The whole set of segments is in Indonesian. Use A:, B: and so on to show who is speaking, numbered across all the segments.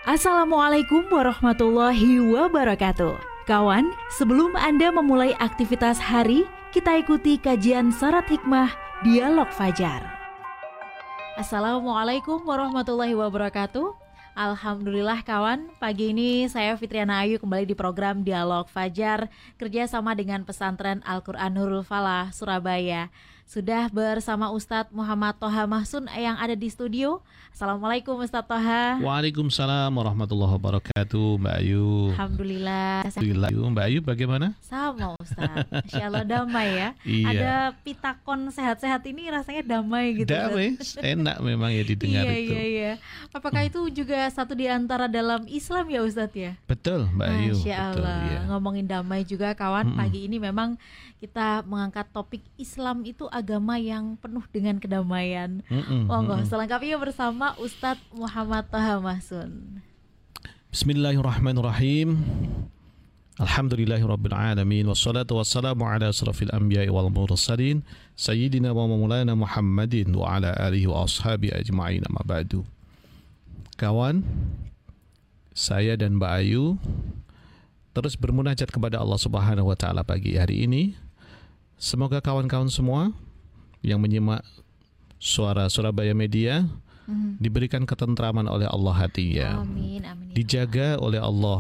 A: Assalamualaikum warahmatullahi wabarakatuh. Kawan, sebelum Anda memulai aktivitas hari, kita ikuti kajian syarat hikmah Dialog Fajar. Assalamualaikum warahmatullahi wabarakatuh. Alhamdulillah kawan, pagi ini saya Fitriana Ayu kembali di program Dialog Fajar kerjasama dengan Pesantren Al-Quran Nurul Falah, Surabaya. Sudah bersama Ustadz Muhammad Toha Mahsun yang ada di studio. Assalamualaikum Ustadz Toha.
B: Waalaikumsalam warahmatullahi wabarakatuh, Mbak Ayu.
A: Alhamdulillah.
B: Mbak Ayu bagaimana?
A: Sama Ustadz, Insya Allah damai ya.
B: Iya.
A: Ada pitakon sehat-sehat ini rasanya damai gitu.
B: Damai, enak memang ya didengar itu.
A: Iya. Apakah itu juga satu di antara dalam Islam ya Ustadz ya?
B: Betul Mbak Ayu.
A: Masya Allah.
B: Betul, ya.
A: Ngomongin damai juga kawan, pagi ini memang kita mengangkat topik Islam itu agama yang penuh dengan kedamaian. Monggo selengkapnya bersama Ustadz Muhammad Toha Mahsun.
B: Bismillahirrahmanirrahim. Alhamdulillahirabbil alamin wassalatu wassalamu ala asrafil anbiya'i wal mursalin sayyidina wa maulana Muhammadin wa ala alihi wa ashabi ajma'in, amma ba'du. Kawan, saya dan Mbak Ayu terus bermunajat kepada Allah Subhanahu wa taala pagi hari ini. Semoga kawan-kawan semua yang menyimak suara Surabaya Media diberikan ketentraman oleh Allah hatinya.
A: Amin.
B: Dijaga oleh Allah.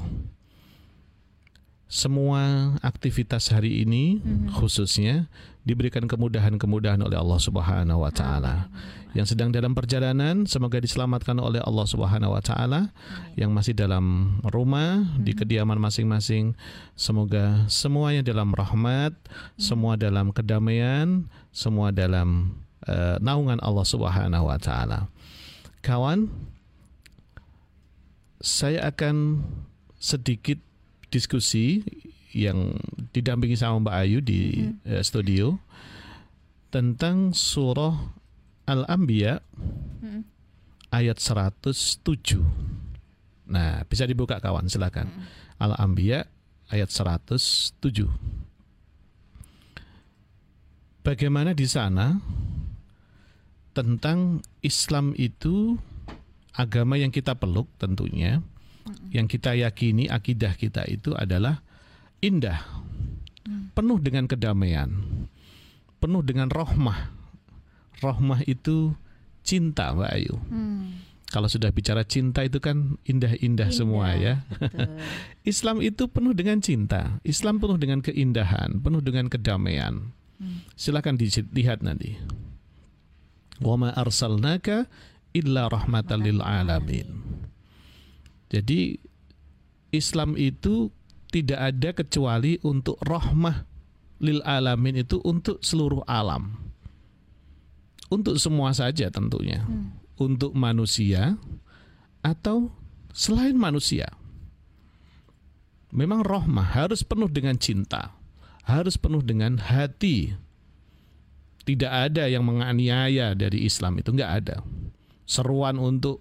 B: Semua aktivitas hari ini khususnya diberikan kemudahan-kemudahan oleh Allah Subhanahu wa taala. Yang sedang dalam perjalanan semoga diselamatkan oleh Allah Subhanahu wa taala. Yang masih dalam rumah di kediaman masing-masing semoga semuanya dalam rahmat, semua dalam kedamaian, semua dalam naungan Allah Subhanahu wa taala. Kawan, saya akan sedikit diskusi yang didampingi sama Mbak Ayu di studio tentang surah Al-Anbiya ayat 107. Nah, bisa dibuka kawan, silakan. Al-Anbiya ayat 107. Bagaimana di sana tentang Islam itu agama yang kita peluk tentunya, yang kita yakini akidah kita itu adalah indah, penuh dengan kedamaian, penuh dengan rahmah. Rahmah itu cinta, Mbak Ayu. Kalau sudah bicara cinta itu kan indah-indah semua ya. Islam itu penuh dengan cinta, Islam penuh dengan keindahan, penuh dengan kedamaian. Silakan dilihat nanti. Wa ma arsalnaka illa rahmatan lil alamin. Jadi Islam itu tidak ada kecuali untuk rahmah lil alamin, itu untuk seluruh alam. Untuk semua saja tentunya. Untuk manusia atau selain manusia. Memang rahmah harus penuh dengan cinta, harus penuh dengan hati. Tidak ada yang menganiaya dari Islam, itu enggak ada. Seruan untuk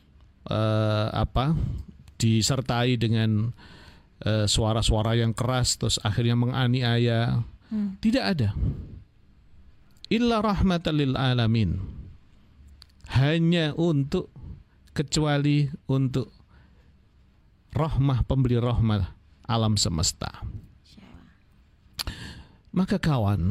B: disertai dengan suara-suara yang keras terus akhirnya menganiaya, tidak ada. Illa rahmatan lil alamin, hanya untuk, kecuali untuk rahmah, pemberi rahmah alam semesta. Maka kawan,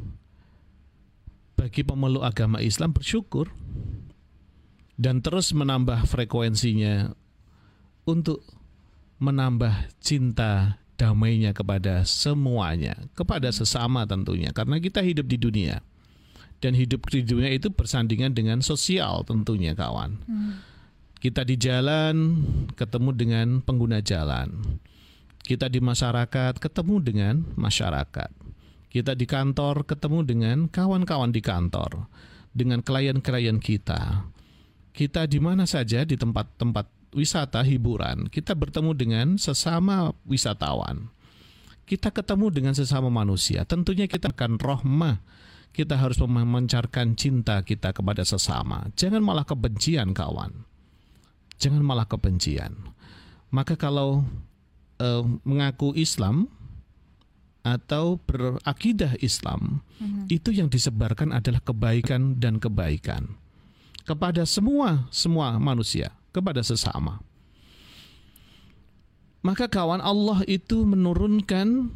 B: bagi pemeluk agama Islam bersyukur dan terus menambah frekuensinya untuk menambah cinta damainya kepada semuanya, kepada sesama tentunya, karena kita hidup di dunia dan hidup di dunia itu bersandingan dengan sosial tentunya kawan. Kita di jalan ketemu dengan pengguna jalan, kita di masyarakat ketemu dengan masyarakat, kita di kantor ketemu dengan kawan-kawan di kantor, dengan klien-klien kita. Kita di mana saja, di tempat-tempat wisata hiburan, kita bertemu dengan sesama wisatawan. Kita ketemu dengan sesama manusia. Tentunya kita akan rahmah. Kita harus memancarkan cinta kita kepada sesama. Jangan malah kebencian kawan. Jangan malah kebencian. Maka kalau mengaku Islam atau berakidah Islam, itu yang disebarkan adalah kebaikan dan kebaikan kepada semua manusia, kepada sesama. Maka kawan, Allah itu menurunkan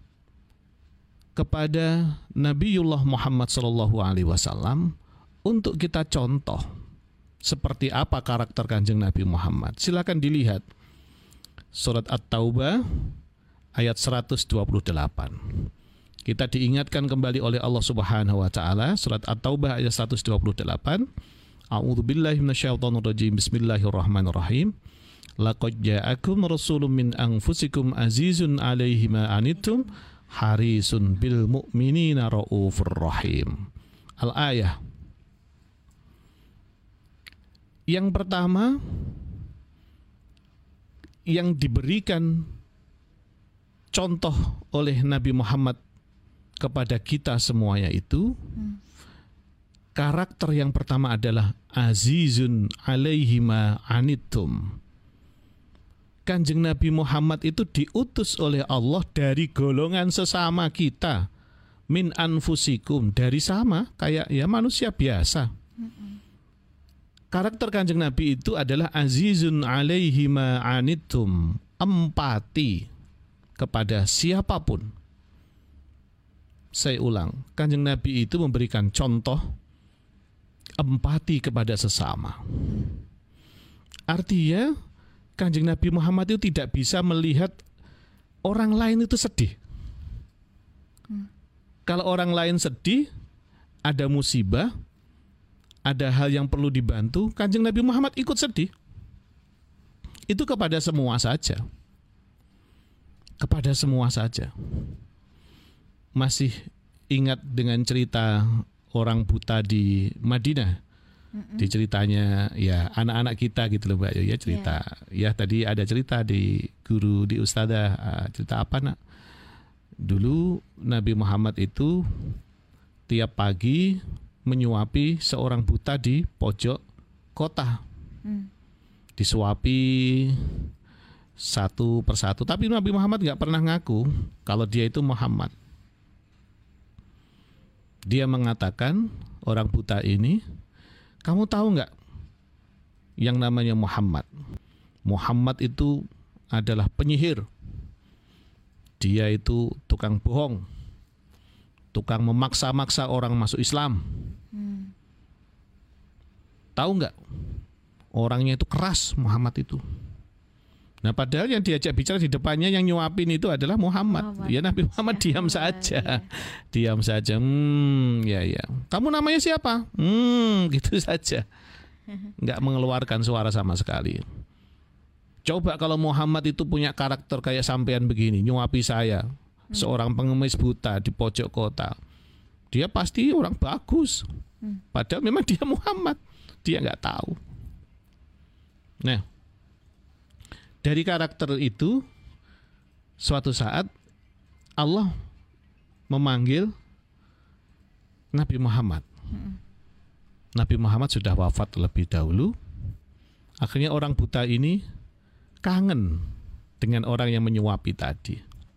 B: kepada Nabiullah Muhammad SAW untuk kita contoh seperti apa karakter Kanjeng Nabi Muhammad. Silakan dilihat surat At-Taubah ayat 128. Kita diingatkan kembali oleh Allah Subhanahu wa taala, surat At-Taubah ayat 128. A'udzubillahi minasyaitonirrajim. Bismillahirrahmanirrahim. Laqad ja'akum rasulun min anfusikum azizun 'alaihi ma anittum harisun bil mu'minina raufur rahim. Al-ayah. Yang pertama yang diberikan contoh oleh Nabi Muhammad kepada kita semuanya itu, karakter yang pertama adalah azizun 'alaihi ma anittum. Kanjeng Nabi Muhammad itu diutus oleh Allah dari golongan sesama kita, min anfusikum, dari sama kayak ya manusia biasa. Karakter Kanjeng Nabi itu adalah azizun 'alaihi ma anittum, empati kepada siapapun. Saya ulang, Kanjeng Nabi itu memberikan contoh empati kepada sesama. Artinya Kanjeng Nabi Muhammad itu tidak bisa melihat orang lain itu sedih. Kalau orang lain sedih, ada musibah, ada hal yang perlu dibantu, Kanjeng Nabi Muhammad ikut sedih. Itu kepada semua saja. Kepada semua saja. Masih ingat dengan cerita orang buta di Madinah? Di ceritanya ya anak-anak kita gitu loh Mbak ya, cerita. Ya tadi ada cerita di guru, di ustadzah, cerita apa nak? Dulu Nabi Muhammad itu tiap pagi menyuapi seorang buta di pojok kota. Disuapi satu persatu, tapi Nabi Muhammad nggak pernah ngaku kalau dia itu Muhammad. Dia mengatakan, orang buta ini, kamu tahu nggak yang namanya Muhammad? Muhammad itu adalah penyihir. Dia itu tukang bohong, tukang memaksa-maksa orang masuk Islam. Tahu nggak? Orangnya itu keras, Muhammad itu. Nah padahal yang diajak bicara di depannya yang nyuapin itu adalah Muhammad. Ya Nabi Muhammad diam saja. Diam saja. Ya. Kamu namanya siapa? Gitu saja. Nggak mengeluarkan suara sama sekali. Coba kalau Muhammad itu punya karakter kayak sampean begini, nyuapi saya, seorang pengemis buta di pojok kota. Dia pasti orang bagus. Padahal memang dia Muhammad. Dia nggak tahu. Nah, dari karakter itu, suatu saat Allah memanggil Nabi Muhammad. Nabi Muhammad sudah wafat lebih dahulu. Akhirnya orang buta ini kangen dengan orang yang menyuapi tadi.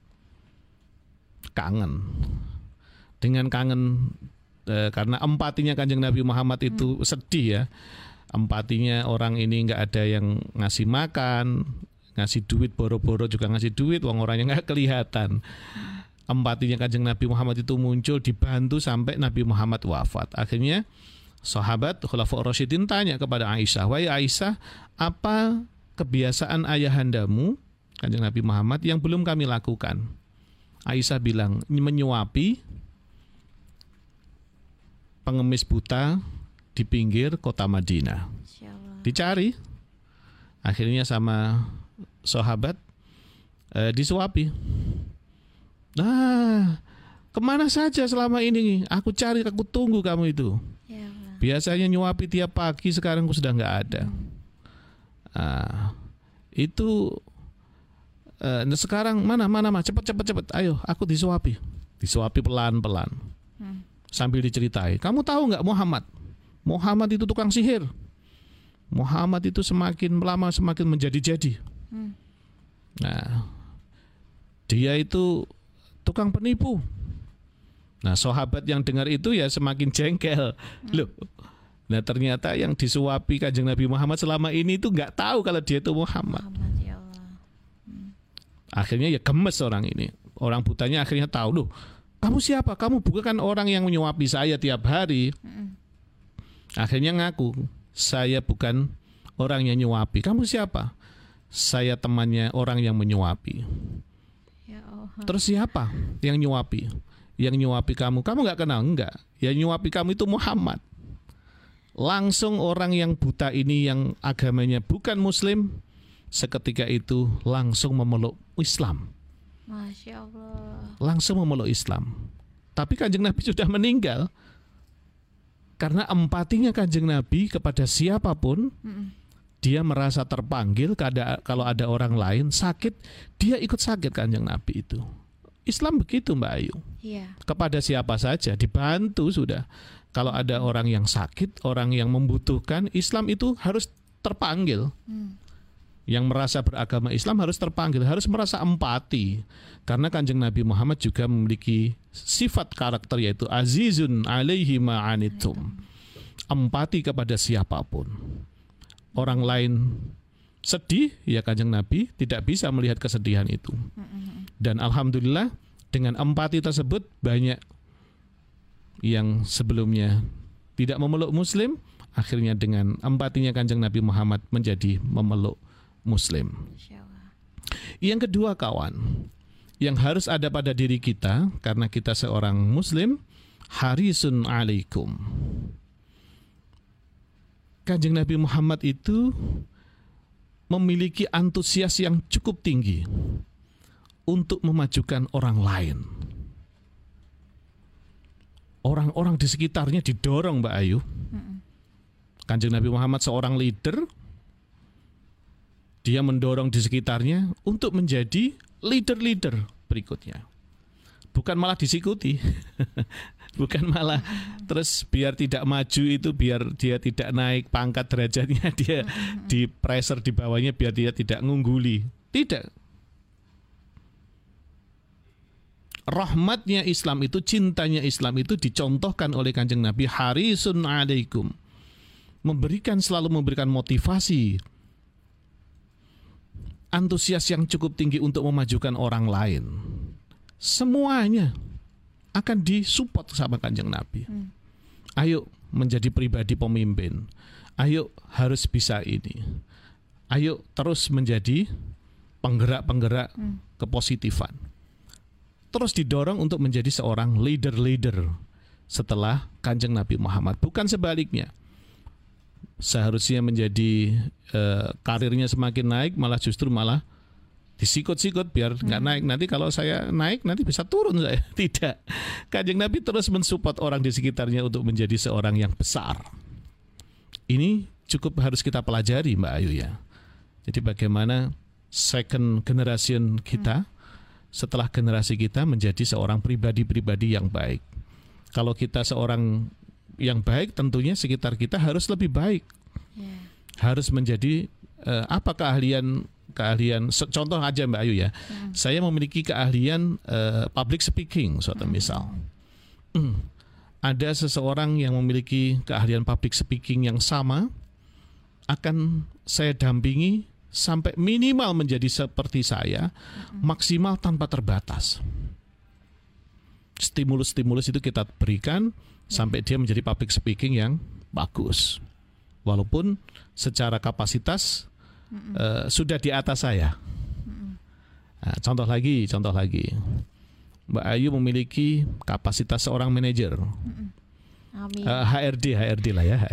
B: Kangen. Dengan kangen karena empatinya Kanjeng Nabi Muhammad itu sedih ya. Empatinya orang ini nggak ada yang ngasih makan, ngasih duit, boro-boro juga ngasih duit, uang orangnya nggak kelihatan. Empatinya Kanjeng Nabi Muhammad itu muncul, dibantu sampai Nabi Muhammad wafat. Akhirnya sahabat Khulafaur Rasyidin tanya kepada Aisyah, wahai Aisyah, apa kebiasaan ayahandamu Kanjeng Nabi Muhammad yang belum kami lakukan? Aisyah bilang, menyuapi pengemis buta di pinggir kota Madinah. Dicari, akhirnya sama sahabat disuapi. Nah, kemana saja selama ini? Aku cari, aku tunggu kamu itu. Biasanya nyuapi tiap pagi, sekarang aku sudah nggak ada. Itu sekarang mana, cepet, ayo aku disuapi. Disuapi pelan-pelan. Sambil diceritai, kamu tahu nggak Muhammad itu tukang sihir. Muhammad itu semakin lama semakin menjadi-jadi. Nah, dia itu tukang penipu. Nah, sahabat yang dengar itu ya semakin jengkel. Loh, nah ternyata yang disuapi Kanjeng Nabi Muhammad selama ini itu nggak tahu kalau dia itu Muhammad. Akhirnya ya gemes orang ini. Orang butanya akhirnya tahu, loh, kamu siapa? Kamu bukan orang yang menyuapi saya tiap hari. Akhirnya ngaku, saya bukan orang yang nyuapi. Kamu siapa? Saya temannya orang yang menyuapi.
A: Ya Allah.
B: Terus siapa yang nyuapi? Yang nyuapi kamu nggak kenal? Enggak. Yang nyuapi kamu itu Muhammad. Langsung orang yang buta ini yang agamanya bukan Muslim, seketika itu langsung memeluk Islam.
A: Masya Allah.
B: Langsung memeluk Islam. Tapi Kanjeng Nabi sudah meninggal. Karena empatinya Kanjeng Nabi kepada siapapun, dia merasa terpanggil kalau ada orang lain sakit, dia ikut sakit Kanjeng Nabi itu. Islam begitu Mbak Ayu.
A: Iya.
B: Kepada siapa saja dibantu sudah. Kalau ada orang yang sakit, orang yang membutuhkan, Islam itu harus terpanggil. Yang merasa beragama Islam harus terpanggil, harus merasa empati. Karena Kanjeng Nabi Muhammad juga memiliki sifat karakter yaitu azizun alaihi ma'anitum. Empati kepada siapapun. Orang lain sedih, ya Kanjeng Nabi tidak bisa melihat kesedihan itu. Dan alhamdulillah dengan empati tersebut banyak yang sebelumnya tidak memeluk Muslim, akhirnya dengan empatinya Kanjeng Nabi Muhammad menjadi memeluk Muslim. Yang kedua kawan, yang harus ada pada diri kita karena kita seorang Muslim, harisun alaikum. Kanjeng Nabi Muhammad itu memiliki antusias yang cukup tinggi untuk memajukan orang lain. Orang-orang di sekitarnya didorong Mbak Ayu. Kanjeng Nabi Muhammad seorang leader, dia mendorong di sekitarnya untuk menjadi leader-leader berikutnya. Bukan malah disikuti. Bukan malah terus biar tidak maju itu, biar dia tidak naik pangkat derajatnya, dia di pressure di bawahnya biar dia tidak ngungguli. Tidak. Rahmatnya Islam itu, cintanya Islam itu dicontohkan oleh Kanjeng Nabi, harisun alaikum. Selalu memberikan motivasi, antusias yang cukup tinggi untuk memajukan orang lain. Semuanya akan disupport sama Kanjeng Nabi. Ayo menjadi pribadi pemimpin. Ayo harus bisa ini. Ayo terus menjadi penggerak-penggerak kepositifan. Terus didorong untuk menjadi seorang leader-leader setelah Kanjeng Nabi Muhammad. Bukan sebaliknya. Seharusnya menjadi karirnya semakin naik, malah justru disikut-sikut biar nggak naik. Nanti kalau saya naik nanti bisa turun saya. Tidak. Kanjeng Nabi terus mensupport orang di sekitarnya untuk menjadi seorang yang besar. Ini cukup harus kita pelajari Mbak Ayu ya. Jadi bagaimana second generation kita setelah generasi kita menjadi seorang pribadi-pribadi yang baik. Kalau kita seorang yang baik, tentunya sekitar kita harus lebih baik. Harus menjadi apa keahlian, contoh aja Mbak Ayu ya. Saya memiliki keahlian public speaking, suatu misal. Ada seseorang yang memiliki keahlian public speaking yang sama, akan saya dampingi sampai minimal menjadi seperti saya, maksimal tanpa terbatas. Stimulus-stimulus itu kita berikan sampai dia menjadi public speaking yang bagus. Walaupun secara kapasitas sudah di atas saya. Nah, contoh lagi. Mbak Ayu memiliki kapasitas seorang manajer. HRD lah ya,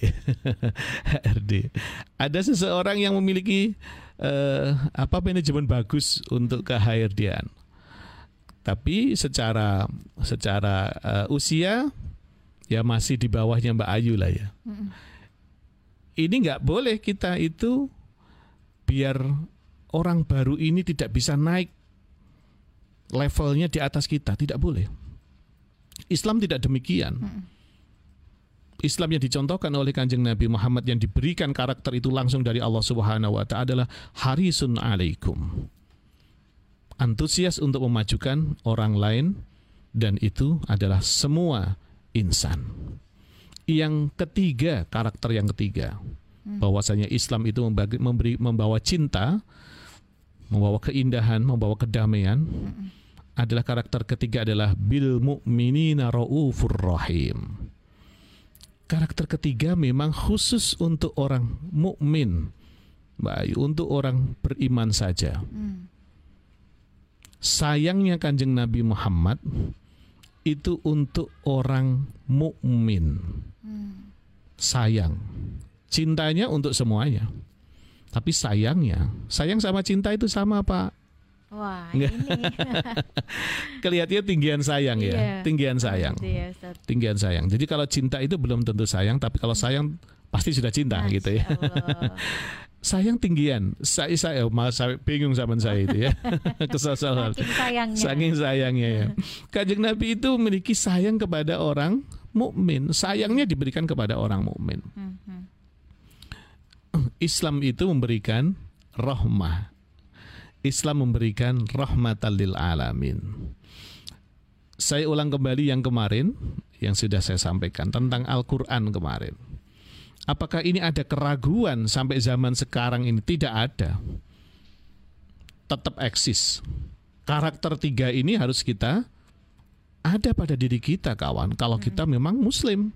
B: HRD. Ada seseorang yang memiliki manajemen bagus untuk ke HRD-an. Tapi secara usia ya masih di bawahnya Mbak Ayu lah ya. Ini nggak boleh kita itu biar orang baru ini tidak bisa naik levelnya di atas kita, tidak boleh. Islam tidak demikian. Islam yang dicontohkan oleh Kanjeng Nabi Muhammad yang diberikan karakter itu langsung dari Allah Subhanahu wa Ta'ala adalah harisun alaikum. Antusias untuk memajukan orang lain, dan itu adalah semua insan. Yang ketiga, karakter yang ketiga, bahwasanya Islam itu membawa cinta membawa keindahan, membawa kedamaian. Adalah karakter ketiga adalah bil mu'minina raufur rahim. Karakter ketiga memang khusus untuk orang mukmin, Mbak Ayu, untuk orang beriman saja. Sayangnya Kanjeng Nabi Muhammad itu untuk orang mukmin. Sayang, cintanya untuk semuanya. Tapi sayangnya, sayang sama cinta itu sama, Pak.
A: Wah, ini.
B: Kelihatannya tinggian sayang ya,
A: Iya.
B: tinggian sayang.
A: Iya, Ustaz.
B: Tinggian sayang. Jadi kalau cinta itu belum tentu sayang, tapi kalau sayang pasti sudah cinta gitu ya.
A: Allah.
B: Sayang tinggian. Saya malah saya bingung zaman saya itu ya. Kesal-kesal.
A: Saking sayangnya.
B: Saking sayangnya ya. Kanjeng Nabi itu memiliki sayang kepada orang mukmin. Sayangnya diberikan kepada orang mukmin. Islam itu memberikan rahmah. Islam memberikan rahmatan lil alamin. Saya ulang kembali yang kemarin yang sudah saya sampaikan tentang Al-Quran kemarin. Apakah ini ada keraguan sampai zaman sekarang ini? Tidak ada. Tetap eksis. Karakter tiga ini harus kita ada pada diri kita, kawan. Kalau kita memang Muslim.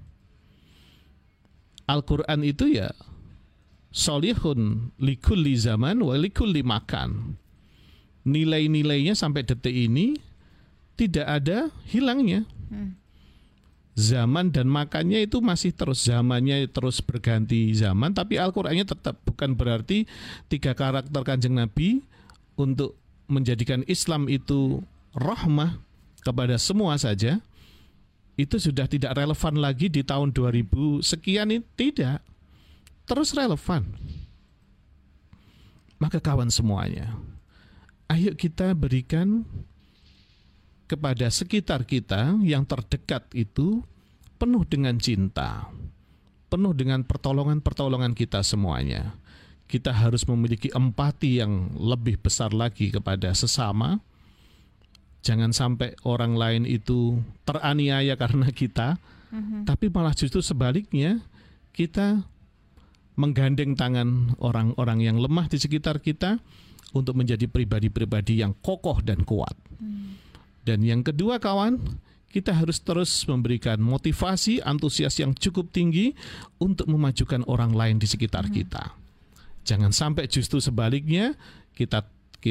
B: Al-Quran itu ya solihun likulli zaman wa likulli makan. Nilai-nilainya sampai detik ini tidak ada hilangnya. Zaman dan makannya itu masih terus, zamannya terus berganti zaman, tapi Al-Qur'annya tetap. Bukan berarti tiga karakter Kanjeng Nabi untuk menjadikan Islam itu rahmah kepada semua saja, itu sudah tidak relevan lagi di tahun 2000 sekian ini, tidak. Terus relevan. Maka kawan semuanya, ayo kita berikan kepada sekitar kita yang terdekat itu penuh dengan cinta, penuh dengan pertolongan-pertolongan kita semuanya. Kita harus memiliki empati yang lebih besar lagi kepada sesama. Jangan sampai orang lain itu teraniaya karena kita, tapi malah justru sebaliknya, kita menggandeng tangan orang-orang yang lemah di sekitar kita untuk menjadi pribadi-pribadi yang kokoh dan kuat. Dan yang kedua kawan, kita harus terus memberikan motivasi, antusias yang cukup tinggi untuk memajukan orang lain di sekitar kita. Jangan sampai justru sebaliknya kita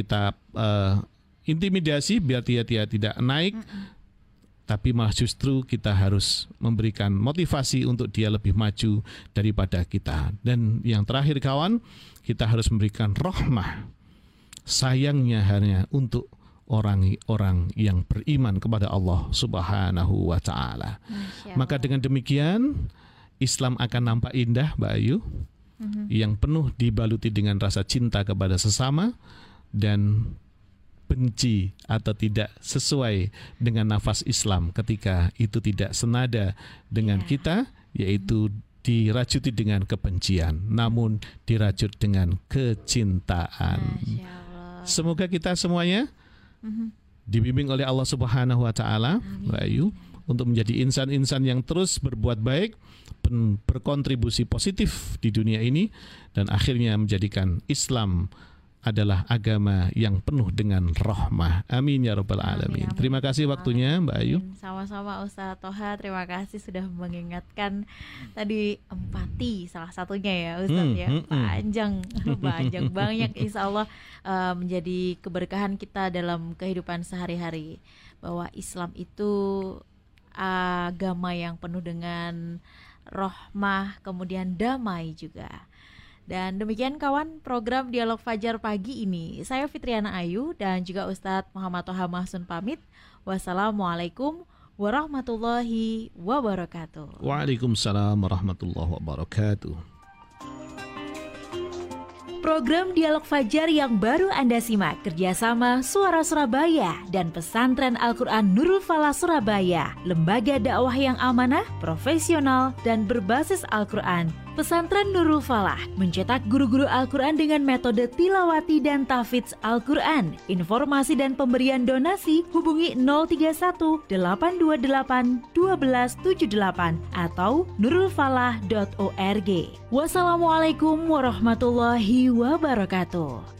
B: intimidasi biar dia tidak naik, tapi malah justru kita harus memberikan motivasi untuk dia lebih maju daripada kita. Dan yang terakhir kawan, kita harus memberikan rahmah, sayangnya hanya untuk orang-orang yang beriman kepada Allah Subhanahu wa ta'ala. Maka dengan demikian Islam akan nampak indah, Mbak Ayu, yang penuh dibaluti dengan rasa cinta kepada sesama dan benci atau tidak sesuai dengan nafas Islam ketika itu tidak senada dengan kita, yaitu diracuti dengan kebencian, namun dirajut dengan kecintaan. Semoga kita semuanya dibimbing oleh Allah Subhanahu wa ta'ala, Mbak Ayu, untuk menjadi insan-insan yang terus berbuat baik, berkontribusi positif di dunia ini, dan akhirnya menjadikan Islam adalah agama yang penuh dengan rahmah. Amin ya rabbal alamin. Terima kasih waktunya Mbak Ayu.
A: Sama-sama Ustaz Toha, terima kasih sudah mengingatkan tadi empati salah satunya ya Ustaz ya. Panjang banyak, insya Allah menjadi keberkahan kita dalam kehidupan sehari-hari, bahwa Islam itu agama yang penuh dengan rahmah, kemudian damai juga. Dan demikian kawan program Dialog Fajar pagi ini. Saya Fitriana Ayu dan juga Ustadz Muhammad Toha Mahsun pamit. Wassalamualaikum warahmatullahi wabarakatuh.
B: Waalaikumsalam warahmatullahi wabarakatuh.
A: Program Dialog Fajar yang baru Anda simak kerjasama Suara Surabaya dan Pesantren Al-Quran Nurul Falah Surabaya, lembaga dakwah yang amanah, profesional, dan berbasis Al-Quran. Pesantren Nurul Falah mencetak guru-guru Al-Quran dengan metode tilawati dan tahfidz Al-Quran. Informasi dan pemberian donasi hubungi 031 828 1278 atau nurulfalah.org. Wassalamualaikum warahmatullahi wabarakatuh.